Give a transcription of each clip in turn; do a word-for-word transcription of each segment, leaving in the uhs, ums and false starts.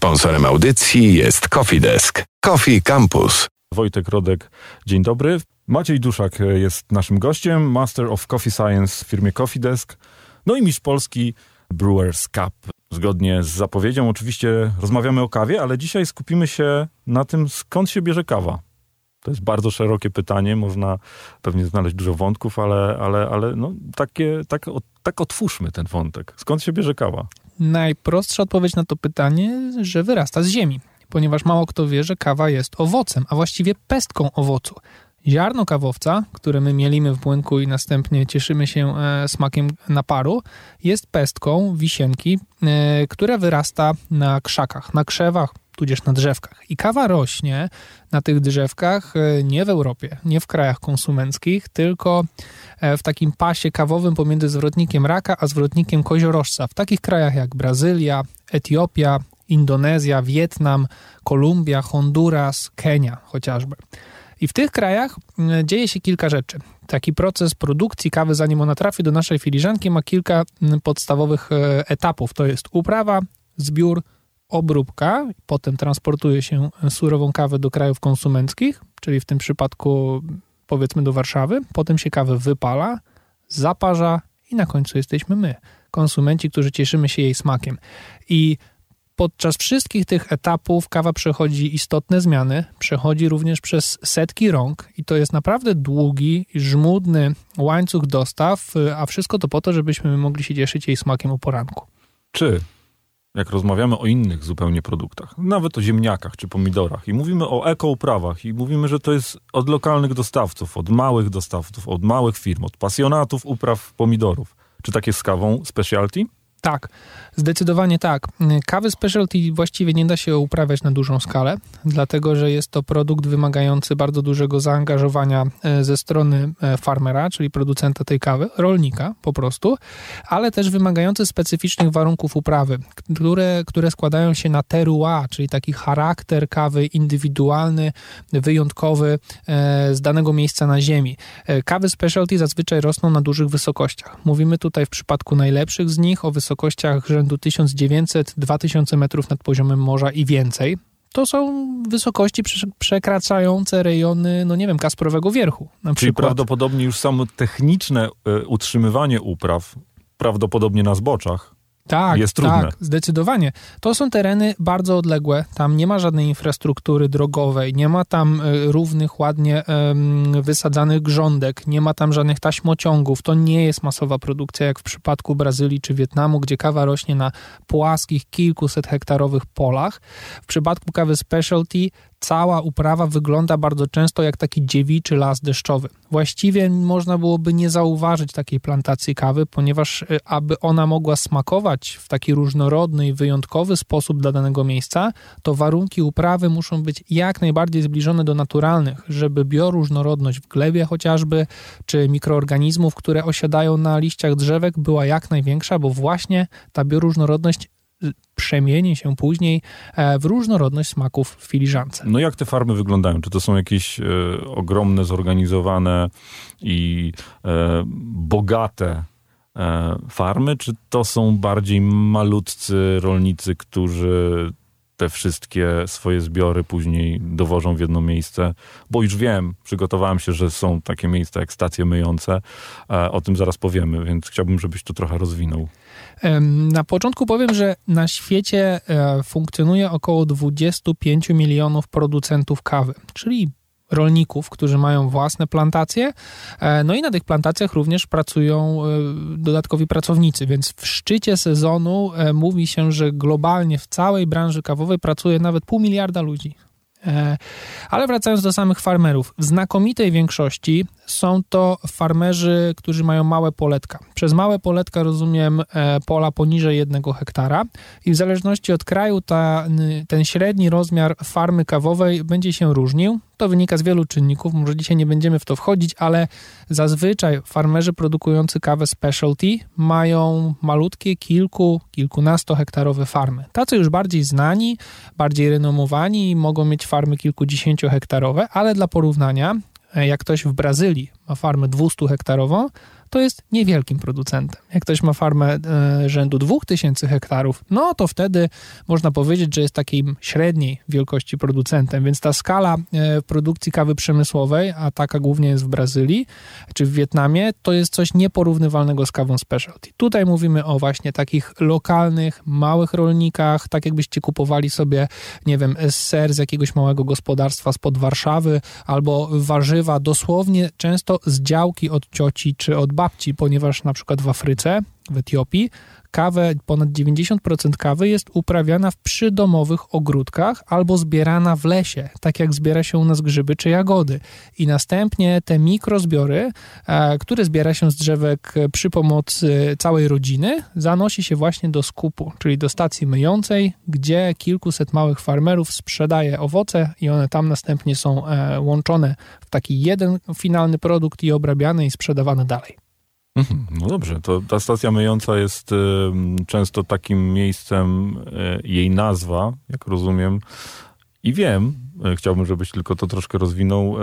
Sponsorem audycji jest Coffee Desk. Coffee Campus. Wojtek Rodek, dzień dobry. Maciej Duszak jest naszym gościem, Master of Coffee Science w firmie Coffee Desk. No i mistrz Polski Brewers Cup. Zgodnie z zapowiedzią oczywiście rozmawiamy o kawie, ale dzisiaj skupimy się na tym, skąd się bierze kawa. To jest bardzo szerokie pytanie, można pewnie znaleźć dużo wątków, ale, ale, ale no, takie, tak, tak otwórzmy ten wątek. Skąd się bierze kawa? Najprostsza odpowiedź na to pytanie, że wyrasta z ziemi, ponieważ mało kto wie, że kawa jest owocem, a właściwie pestką owocu. Ziarno kawowca, które my mielimy w młynku i następnie cieszymy się e, smakiem naparu, jest pestką wisienki, e, która wyrasta na krzakach, na krzewach, tudzież na drzewkach. I kawa rośnie na tych drzewkach e, nie w Europie, nie w krajach konsumenckich, tylko e, w takim pasie kawowym pomiędzy zwrotnikiem raka a zwrotnikiem koziorożca. W takich krajach jak Brazylia, Etiopia, Indonezja, Wietnam, Kolumbia, Honduras, Kenia chociażby. I w tych krajach dzieje się kilka rzeczy. Taki proces produkcji kawy, zanim ona trafi do naszej filiżanki, ma kilka podstawowych etapów. To jest uprawa, zbiór, obróbka, potem transportuje się surową kawę do krajów konsumenckich, czyli w tym przypadku powiedzmy do Warszawy, potem się kawę wypala, zaparza i na końcu jesteśmy my, konsumenci, którzy cieszymy się jej smakiem. I podczas wszystkich tych etapów kawa przechodzi istotne zmiany, przechodzi również przez setki rąk i to jest naprawdę długi, żmudny łańcuch dostaw, a wszystko to po to, żebyśmy mogli się cieszyć jej smakiem o poranku. Czy, jak rozmawiamy o innych zupełnie produktach, nawet o ziemniakach czy pomidorach i mówimy o ekouprawach i mówimy, że to jest od lokalnych dostawców, od małych dostawców, od małych firm, od pasjonatów upraw pomidorów, czy tak jest z kawą specialty? Tak, zdecydowanie tak. Kawy specialty właściwie nie da się uprawiać na dużą skalę, dlatego że jest to produkt wymagający bardzo dużego zaangażowania ze strony farmera, czyli producenta tej kawy, rolnika po prostu, ale też wymagający specyficznych warunków uprawy, które, które składają się na terroir, czyli taki charakter kawy indywidualny, wyjątkowy z danego miejsca na ziemi. Kawy specialty zazwyczaj rosną na dużych wysokościach. Mówimy tutaj w przypadku najlepszych z nich o wysokościach wysokościach rzędu tysiąc dziewięćset do dwa tysiące metrów nad poziomem morza i więcej. To są wysokości przekraczające rejony, no nie wiem, Kasprowego Wierchu na Czyli przykład. prawdopodobnie już samo techniczne y, utrzymywanie upraw, prawdopodobnie na zboczach, Tak, jest trudne. tak, zdecydowanie. To są tereny bardzo odległe, tam nie ma żadnej infrastruktury drogowej, nie ma tam y, równych, ładnie y, wysadzanych grządek, nie ma tam żadnych taśmociągów, to nie jest masowa produkcja jak w przypadku Brazylii czy Wietnamu, gdzie kawa rośnie na płaskich, kilkuset hektarowych polach. W przypadku kawy specialty cała uprawa wygląda bardzo często jak taki dziewiczy las deszczowy. Właściwie można byłoby nie zauważyć takiej plantacji kawy, ponieważ aby ona mogła smakować w taki różnorodny i wyjątkowy sposób dla danego miejsca, to warunki uprawy muszą być jak najbardziej zbliżone do naturalnych, żeby bioróżnorodność w glebie chociażby, czy mikroorganizmów, które osiadają na liściach drzewek, była jak największa, bo właśnie ta bioróżnorodność przemieni się później w różnorodność smaków w filiżance. No jak te farmy wyglądają? Czy to są jakieś e, ogromne, zorganizowane i e, bogate e, farmy, czy to są bardziej malutcy rolnicy, którzy te wszystkie swoje zbiory później dowożą w jedno miejsce? Bo już wiem, przygotowałem się, że są takie miejsca jak stacje myjące. E, o tym zaraz powiemy, więc chciałbym, żebyś to trochę rozwinął. Na początku powiem, że na świecie funkcjonuje około dwadzieścia pięć milionów producentów kawy, czyli rolników, którzy mają własne plantacje, no i na tych plantacjach również pracują dodatkowi pracownicy, więc w szczycie sezonu mówi się, że globalnie w całej branży kawowej pracuje nawet pół miliarda ludzi. Ale wracając do samych farmerów, w znakomitej większości są to farmerzy, którzy mają małe poletka. Przez małe poletka rozumiem pola poniżej jednego hektara i w zależności od kraju ta, ten średni rozmiar farmy kawowej będzie się różnił. To wynika z wielu czynników, może dzisiaj nie będziemy w to wchodzić, ale zazwyczaj farmerzy produkujący kawę specialty mają malutkie, kilku, kilkunastohektarowe farmy. Tacy już bardziej znani, bardziej renomowani mogą mieć farmy kilkudziesięciohektarowe, ale dla porównania, jak ktoś w Brazylii ma farmę dwustuhektarową, to jest niewielkim producentem. Jak ktoś ma farmę e, rzędu dwóch tysięcy hektarów, no to wtedy można powiedzieć, że jest takim średniej wielkości producentem, więc ta skala e, produkcji kawy przemysłowej, a taka głównie jest w Brazylii czy w Wietnamie, to jest coś nieporównywalnego z kawą specialty. Tutaj mówimy o właśnie takich lokalnych, małych rolnikach, tak jakbyście kupowali sobie, nie wiem, ser z jakiegoś małego gospodarstwa spod Warszawy, albo warzywa dosłownie często z działki od cioci czy od babci, ponieważ na przykład w Afryce, w Etiopii, kawę, ponad dziewięćdziesiąt procent kawy jest uprawiana w przydomowych ogródkach albo zbierana w lesie, tak jak zbiera się u nas grzyby czy jagody. I następnie te mikrozbiory, e, które zbiera się z drzewek przy pomocy całej rodziny, zanosi się właśnie do skupu, czyli do stacji myjącej, gdzie kilkuset małych farmerów sprzedaje owoce i one tam następnie są e, łączone w taki jeden finalny produkt i obrabiane i sprzedawane dalej. No dobrze, to ta stacja myjąca jest y, często takim miejscem, y, jej nazwa, jak rozumiem, i wiem, y, chciałbym, żebyś tylko to troszkę rozwinął, y,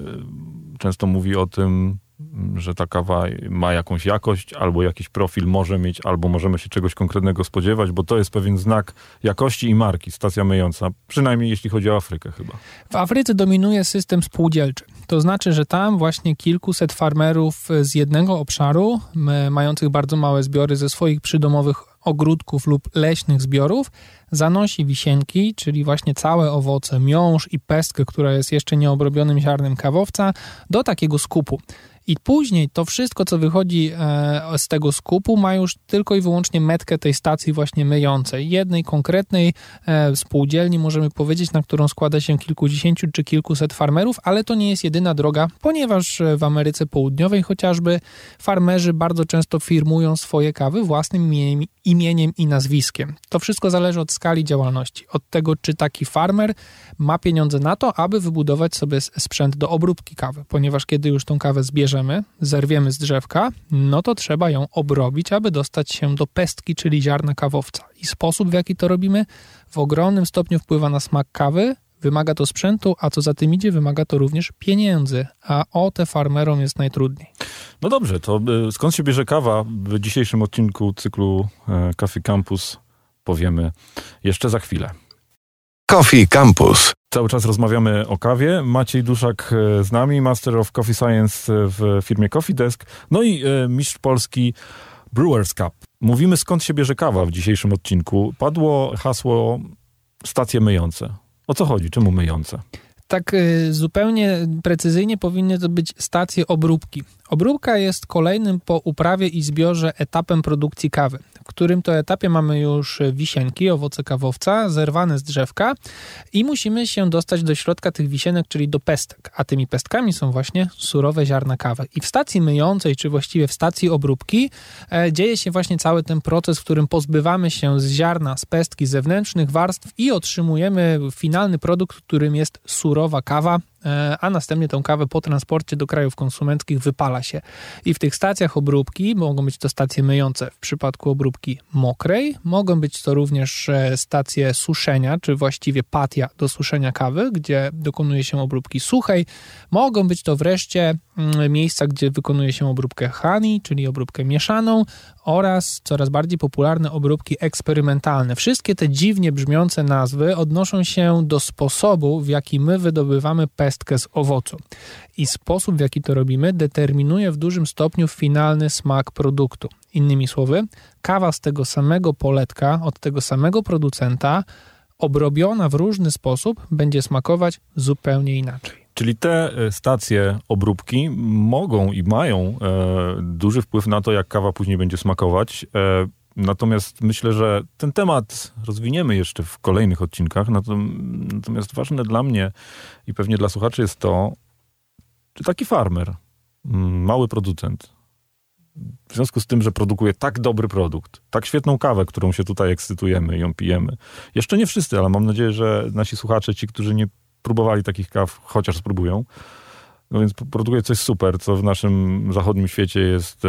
często mówi o tym, że ta kawa ma jakąś jakość, albo jakiś profil może mieć, albo możemy się czegoś konkretnego spodziewać, bo to jest pewien znak jakości i marki, stacja myjąca, przynajmniej jeśli chodzi o Afrykę chyba. W Afryce dominuje system spółdzielczy. To znaczy, że tam właśnie kilkuset farmerów z jednego obszaru, mających bardzo małe zbiory ze swoich przydomowych ogródków lub leśnych zbiorów, zanosi wisienki, czyli właśnie całe owoce, miąższ i pestkę, która jest jeszcze nieobrobionym ziarnem kawowca, do takiego skupu. I później to wszystko, co wychodzi e, z tego skupu, ma już tylko i wyłącznie metkę tej stacji właśnie myjącej. Jednej konkretnej e, spółdzielni, możemy powiedzieć, na którą składa się kilkudziesięciu czy kilkuset farmerów, ale to nie jest jedyna droga, ponieważ w Ameryce Południowej chociażby farmerzy bardzo często firmują swoje kawy własnym imieniem, imieniem i nazwiskiem. To wszystko zależy od skali działalności, od tego, czy taki farmer ma pieniądze na to, aby wybudować sobie sprzęt do obróbki kawy, ponieważ kiedy już tą kawę zbierzemy, zerwiemy z drzewka, no to trzeba ją obrobić, aby dostać się do pestki, czyli ziarna kawowca. I sposób, w jaki to robimy, w ogromnym stopniu wpływa na smak kawy, wymaga to sprzętu, a co za tym idzie, wymaga to również pieniędzy, a o te farmerom jest najtrudniej. No dobrze, to skąd się bierze kawa? W dzisiejszym odcinku cyklu Coffee Campus powiemy jeszcze za chwilę. Coffee Campus. Cały czas rozmawiamy o kawie. Maciej Duszak z nami, Master of Coffee Science w firmie Coffee Desk. No i e, mistrz Polski Brewers Cup. Mówimy, skąd się bierze kawa w dzisiejszym odcinku. Padło hasło stacje myjące. O co chodzi? Czemu myjące? Tak y, zupełnie precyzyjnie powinny to być stacje obróbki. Obróbka jest kolejnym po uprawie i zbiorze etapem produkcji kawy, w którym to etapie mamy już wisienki, owoce kawowca, zerwane z drzewka i musimy się dostać do środka tych wisienek, czyli do pestek, a tymi pestkami są właśnie surowe ziarna kawy. I w stacji myjącej, czy właściwie w stacji obróbki e, dzieje się właśnie cały ten proces, w którym pozbywamy się z ziarna, z pestki, zewnętrznych warstw i otrzymujemy finalny produkt, którym jest surowa kawa, a następnie tę kawę po transporcie do krajów konsumenckich wypala się. I w tych stacjach obróbki mogą być to stacje myjące w przypadku obróbki mokrej, mogą być to również stacje suszenia, czy właściwie patia do suszenia kawy, gdzie dokonuje się obróbki suchej, mogą być to wreszcie miejsca, gdzie wykonuje się obróbkę honey, czyli obróbkę mieszaną oraz coraz bardziej popularne obróbki eksperymentalne. Wszystkie te dziwnie brzmiące nazwy odnoszą się do sposobu, w jaki my wydobywamy pestkę z owocu. I sposób, w jaki to robimy, determinuje w dużym stopniu finalny smak produktu. Innymi słowy, kawa z tego samego poletka, od tego samego producenta, obrobiona w różny sposób, będzie smakować zupełnie inaczej. Czyli te stacje obróbki mogą i mają e, duży wpływ na to, jak kawa później będzie smakować. E, natomiast myślę, że ten temat rozwiniemy jeszcze w kolejnych odcinkach. Natomiast ważne dla mnie i pewnie dla słuchaczy jest to, czy taki farmer, mały producent, w związku z tym, że produkuje tak dobry produkt, tak świetną kawę, którą się tutaj ekscytujemy i ją pijemy. Jeszcze nie wszyscy, ale mam nadzieję, że nasi słuchacze, ci, którzy nie próbowali takich kaw, chociaż spróbują. No więc produkuje coś super, co w naszym zachodnim świecie jest e,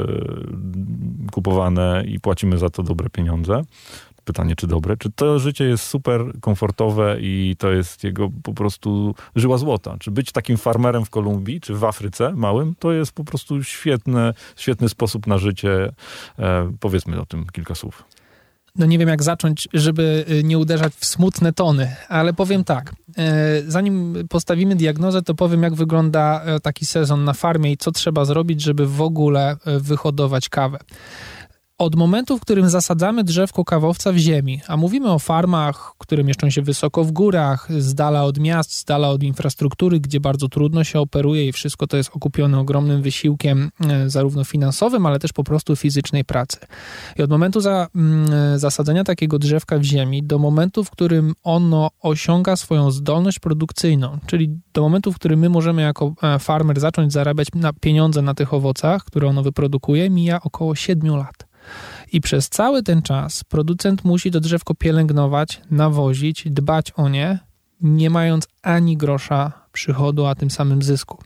kupowane i płacimy za to dobre pieniądze. Pytanie, czy dobre? Czy to życie jest super komfortowe i to jest jego po prostu żyła złota? Czy być takim farmerem w Kolumbii, czy w Afryce małym, to jest po prostu świetny, świetny sposób na życie. E, powiedzmy o tym kilka słów. No nie wiem jak zacząć, żeby nie uderzać w smutne tony, ale powiem tak. Zanim postawimy diagnozę, to powiem jak wygląda taki sezon na farmie i co trzeba zrobić, żeby w ogóle wyhodować kawę. Od momentu, w którym zasadzamy drzewko kawowca w ziemi, a mówimy o farmach, które mieszczą się wysoko w górach, z dala od miast, z dala od infrastruktury, gdzie bardzo trudno się operuje i wszystko to jest okupione ogromnym wysiłkiem zarówno finansowym, ale też po prostu fizycznej pracy. I od momentu za, mm, zasadzenia takiego drzewka w ziemi do momentu, w którym ono osiąga swoją zdolność produkcyjną, czyli do momentu, w którym my możemy jako farmer zacząć zarabiać na pieniądze na tych owocach, które ono wyprodukuje, mija około siedmiu lat. I przez cały ten czas producent musi to drzewko pielęgnować, nawozić, dbać o nie, nie mając ani grosza przychodu, a tym samym zysku.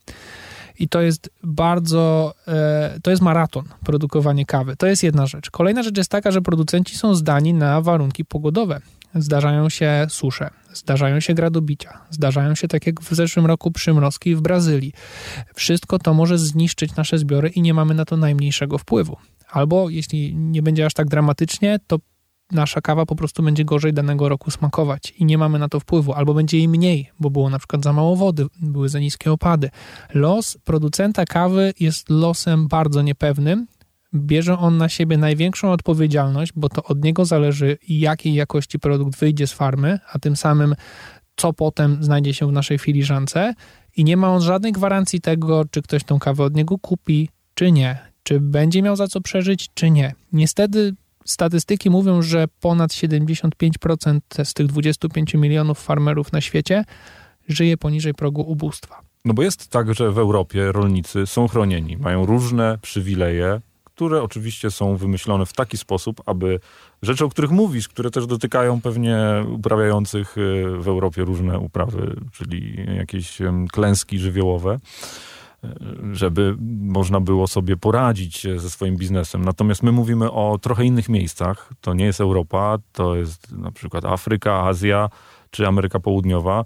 I to jest bardzo, e, to jest maraton, produkowanie kawy. To jest jedna rzecz. Kolejna rzecz jest taka, że producenci są zdani na warunki pogodowe. Zdarzają się susze, zdarzają się gradobicia, zdarzają się, tak jak w zeszłym roku, przymrozki w Brazylii. Wszystko to może zniszczyć nasze zbiory i nie mamy na to najmniejszego wpływu. Albo jeśli nie będzie aż tak dramatycznie, to nasza kawa po prostu będzie gorzej danego roku smakować i nie mamy na to wpływu. Albo będzie jej mniej, bo było na przykład za mało wody, były za niskie opady. Los producenta kawy jest losem bardzo niepewnym. Bierze on na siebie największą odpowiedzialność, bo to od niego zależy, jakiej jakości produkt wyjdzie z farmy, a tym samym co potem znajdzie się w naszej filiżance i nie ma on żadnej gwarancji tego, czy ktoś tą kawę od niego kupi, czy nie. Czy będzie miał za co przeżyć, czy nie. Niestety statystyki mówią, że ponad siedemdziesiąt pięć procent z tych dwudziestu pięciu milionów farmerów na świecie żyje poniżej progu ubóstwa. No bo jest tak, że w Europie rolnicy są chronieni, mają różne przywileje, które oczywiście są wymyślone w taki sposób, aby rzeczy, o których mówisz, które też dotykają pewnie uprawiających w Europie różne uprawy, czyli jakieś klęski żywiołowe, żeby można było sobie poradzić ze swoim biznesem. Natomiast my mówimy o trochę innych miejscach. To nie jest Europa, to jest na przykład Afryka, Azja czy Ameryka Południowa.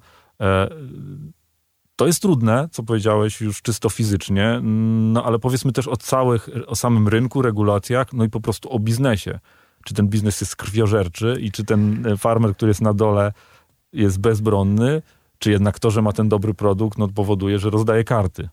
To jest trudne, co powiedziałeś, już czysto fizycznie, no ale powiedzmy też o całych, o samym rynku, regulacjach, no i po prostu o biznesie. Czy ten biznes jest krwiożerczy i czy ten farmer, który jest na dole, jest bezbronny, czy jednak to, że ma ten dobry produkt, no powoduje, że rozdaje karty.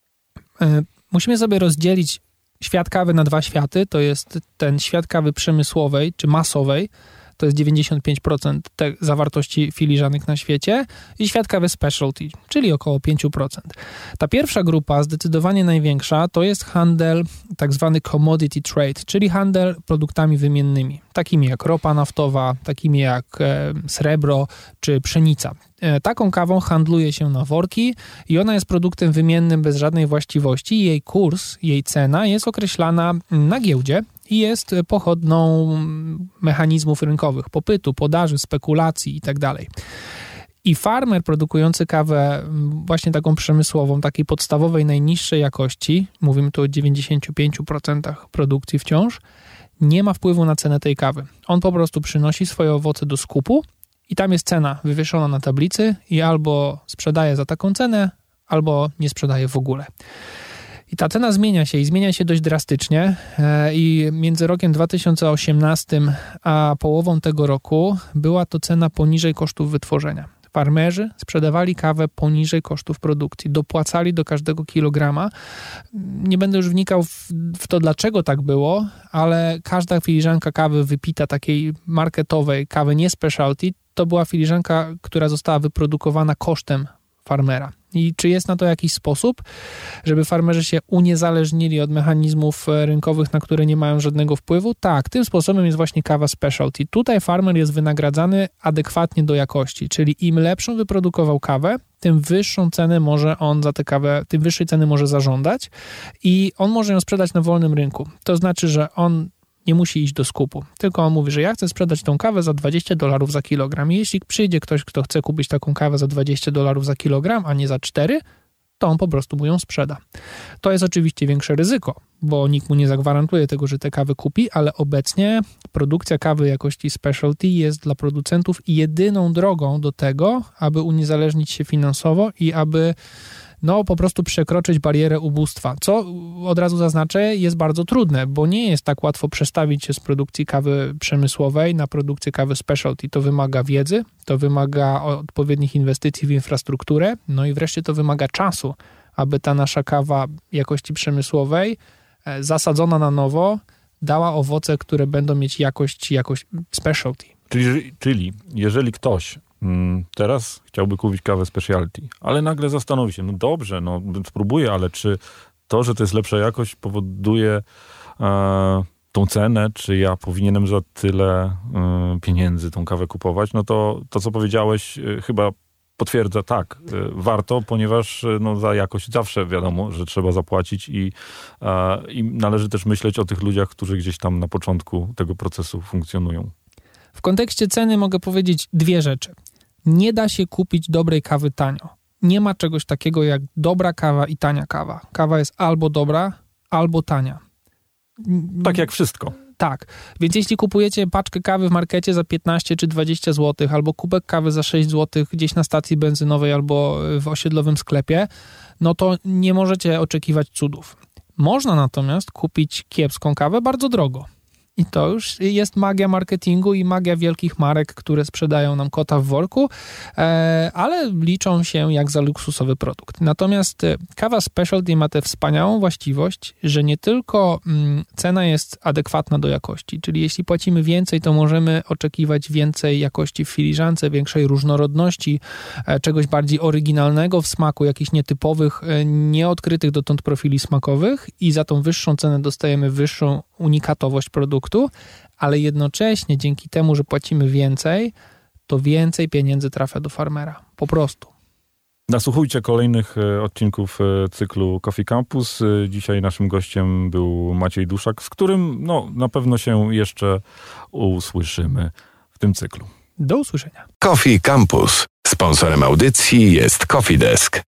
Musimy sobie rozdzielić świat kawy na dwa światy. To jest ten świat kawy przemysłowej czy masowej, to jest dziewięćdziesiąt pięć procent te zawartości filiżanek na świecie i świat kawy specialty, czyli około pięć procent. Ta pierwsza grupa, zdecydowanie największa, to jest handel tak zwany commodity trade, czyli handel produktami wymiennymi, takimi jak ropa naftowa, takimi jak e, srebro czy pszenica. E, taką kawą handluje się na worki i ona jest produktem wymiennym bez żadnej właściwości. Jej kurs, jej cena jest określana na giełdzie i jest pochodną mechanizmów rynkowych, popytu, podaży, spekulacji itd. I farmer produkujący kawę właśnie taką przemysłową, takiej podstawowej, najniższej jakości, mówimy tu o dziewięćdziesięciu pięciu procentach produkcji wciąż, nie ma wpływu na cenę tej kawy. On po prostu przynosi swoje owoce do skupu i tam jest cena wywieszona na tablicy i albo sprzedaje za taką cenę, albo nie sprzedaje w ogóle. I ta cena zmienia się i zmienia się dość drastycznie i między rokiem dwa tysiące osiemnastym a połową tego roku była to cena poniżej kosztów wytworzenia. Farmerzy sprzedawali kawę poniżej kosztów produkcji, dopłacali do każdego kilograma. Nie będę już wnikał w, w to, dlaczego tak było, ale każda filiżanka kawy wypita, takiej marketowej, kawy nie specialty, to była filiżanka, która została wyprodukowana kosztem farmera. I czy jest na to jakiś sposób, żeby farmerzy się uniezależnili od mechanizmów rynkowych, na które nie mają żadnego wpływu? Tak, tym sposobem jest właśnie kawa specialty. Tutaj farmer jest wynagradzany adekwatnie do jakości, czyli im lepszą wyprodukował kawę, tym wyższą cenę może on za tę kawę, tym wyższej ceny może zażądać i on może ją sprzedać na wolnym rynku. To znaczy, że on nie musi iść do skupu, tylko on mówi, że ja chcę sprzedać tą kawę za dwadzieścia dolarów za kilogram. I jeśli przyjdzie ktoś, kto chce kupić taką kawę za dwadzieścia dolarów za kilogram, a nie za cztery, to on po prostu mu ją sprzeda. To jest oczywiście większe ryzyko, bo nikt mu nie zagwarantuje tego, że te kawy kupi, ale obecnie produkcja kawy jakości specialty jest dla producentów jedyną drogą do tego, aby uniezależnić się finansowo i aby no po prostu przekroczyć barierę ubóstwa, co od razu zaznaczę jest bardzo trudne, bo nie jest tak łatwo przestawić się z produkcji kawy przemysłowej na produkcję kawy specialty. To wymaga wiedzy, to wymaga odpowiednich inwestycji w infrastrukturę, no i wreszcie to wymaga czasu, aby ta nasza kawa jakości przemysłowej zasadzona na nowo dała owoce, które będą mieć jakość, jakość specialty. Czyli, czyli jeżeli ktoś teraz chciałby kupić kawę specialty, ale nagle zastanowi się, no dobrze, no spróbuję, ale czy to, że to jest lepsza jakość powoduje e, tą cenę, czy ja powinienem za tyle e, pieniędzy tą kawę kupować, no to to, co powiedziałeś, e, chyba potwierdza tak, e, warto, ponieważ e, no, za jakość zawsze wiadomo, że trzeba zapłacić i, e, i należy też myśleć o tych ludziach, którzy gdzieś tam na początku tego procesu funkcjonują. W kontekście ceny mogę powiedzieć dwie rzeczy. Nie da się kupić dobrej kawy tanio. Nie ma czegoś takiego jak dobra kawa i tania kawa. Kawa jest albo dobra, albo tania. Tak jak wszystko. Tak, więc jeśli kupujecie paczkę kawy w markecie za piętnaście czy dwadzieścia złotych, albo kubek kawy za sześć złotych gdzieś na stacji benzynowej albo w osiedlowym sklepie, no to nie możecie oczekiwać cudów. Można natomiast kupić kiepską kawę bardzo drogo. I to już jest magia marketingu i magia wielkich marek, które sprzedają nam kota w worku, ale liczą się jak za luksusowy produkt. Natomiast kawa specialty ma tę wspaniałą właściwość, że nie tylko cena jest adekwatna do jakości, czyli jeśli płacimy więcej, to możemy oczekiwać więcej jakości w filiżance, większej różnorodności, czegoś bardziej oryginalnego w smaku, jakichś nietypowych, nieodkrytych dotąd profili smakowych i za tą wyższą cenę dostajemy wyższą unikatowość produktu, ale jednocześnie dzięki temu, że płacimy więcej, to więcej pieniędzy trafia do farmera. Po prostu. Nasłuchujcie kolejnych odcinków cyklu Coffee Campus. Dzisiaj naszym gościem był Maciej Duszak, z którym no, na pewno się jeszcze usłyszymy w tym cyklu. Do usłyszenia. Coffee Campus. Sponsorem audycji jest Coffee Desk.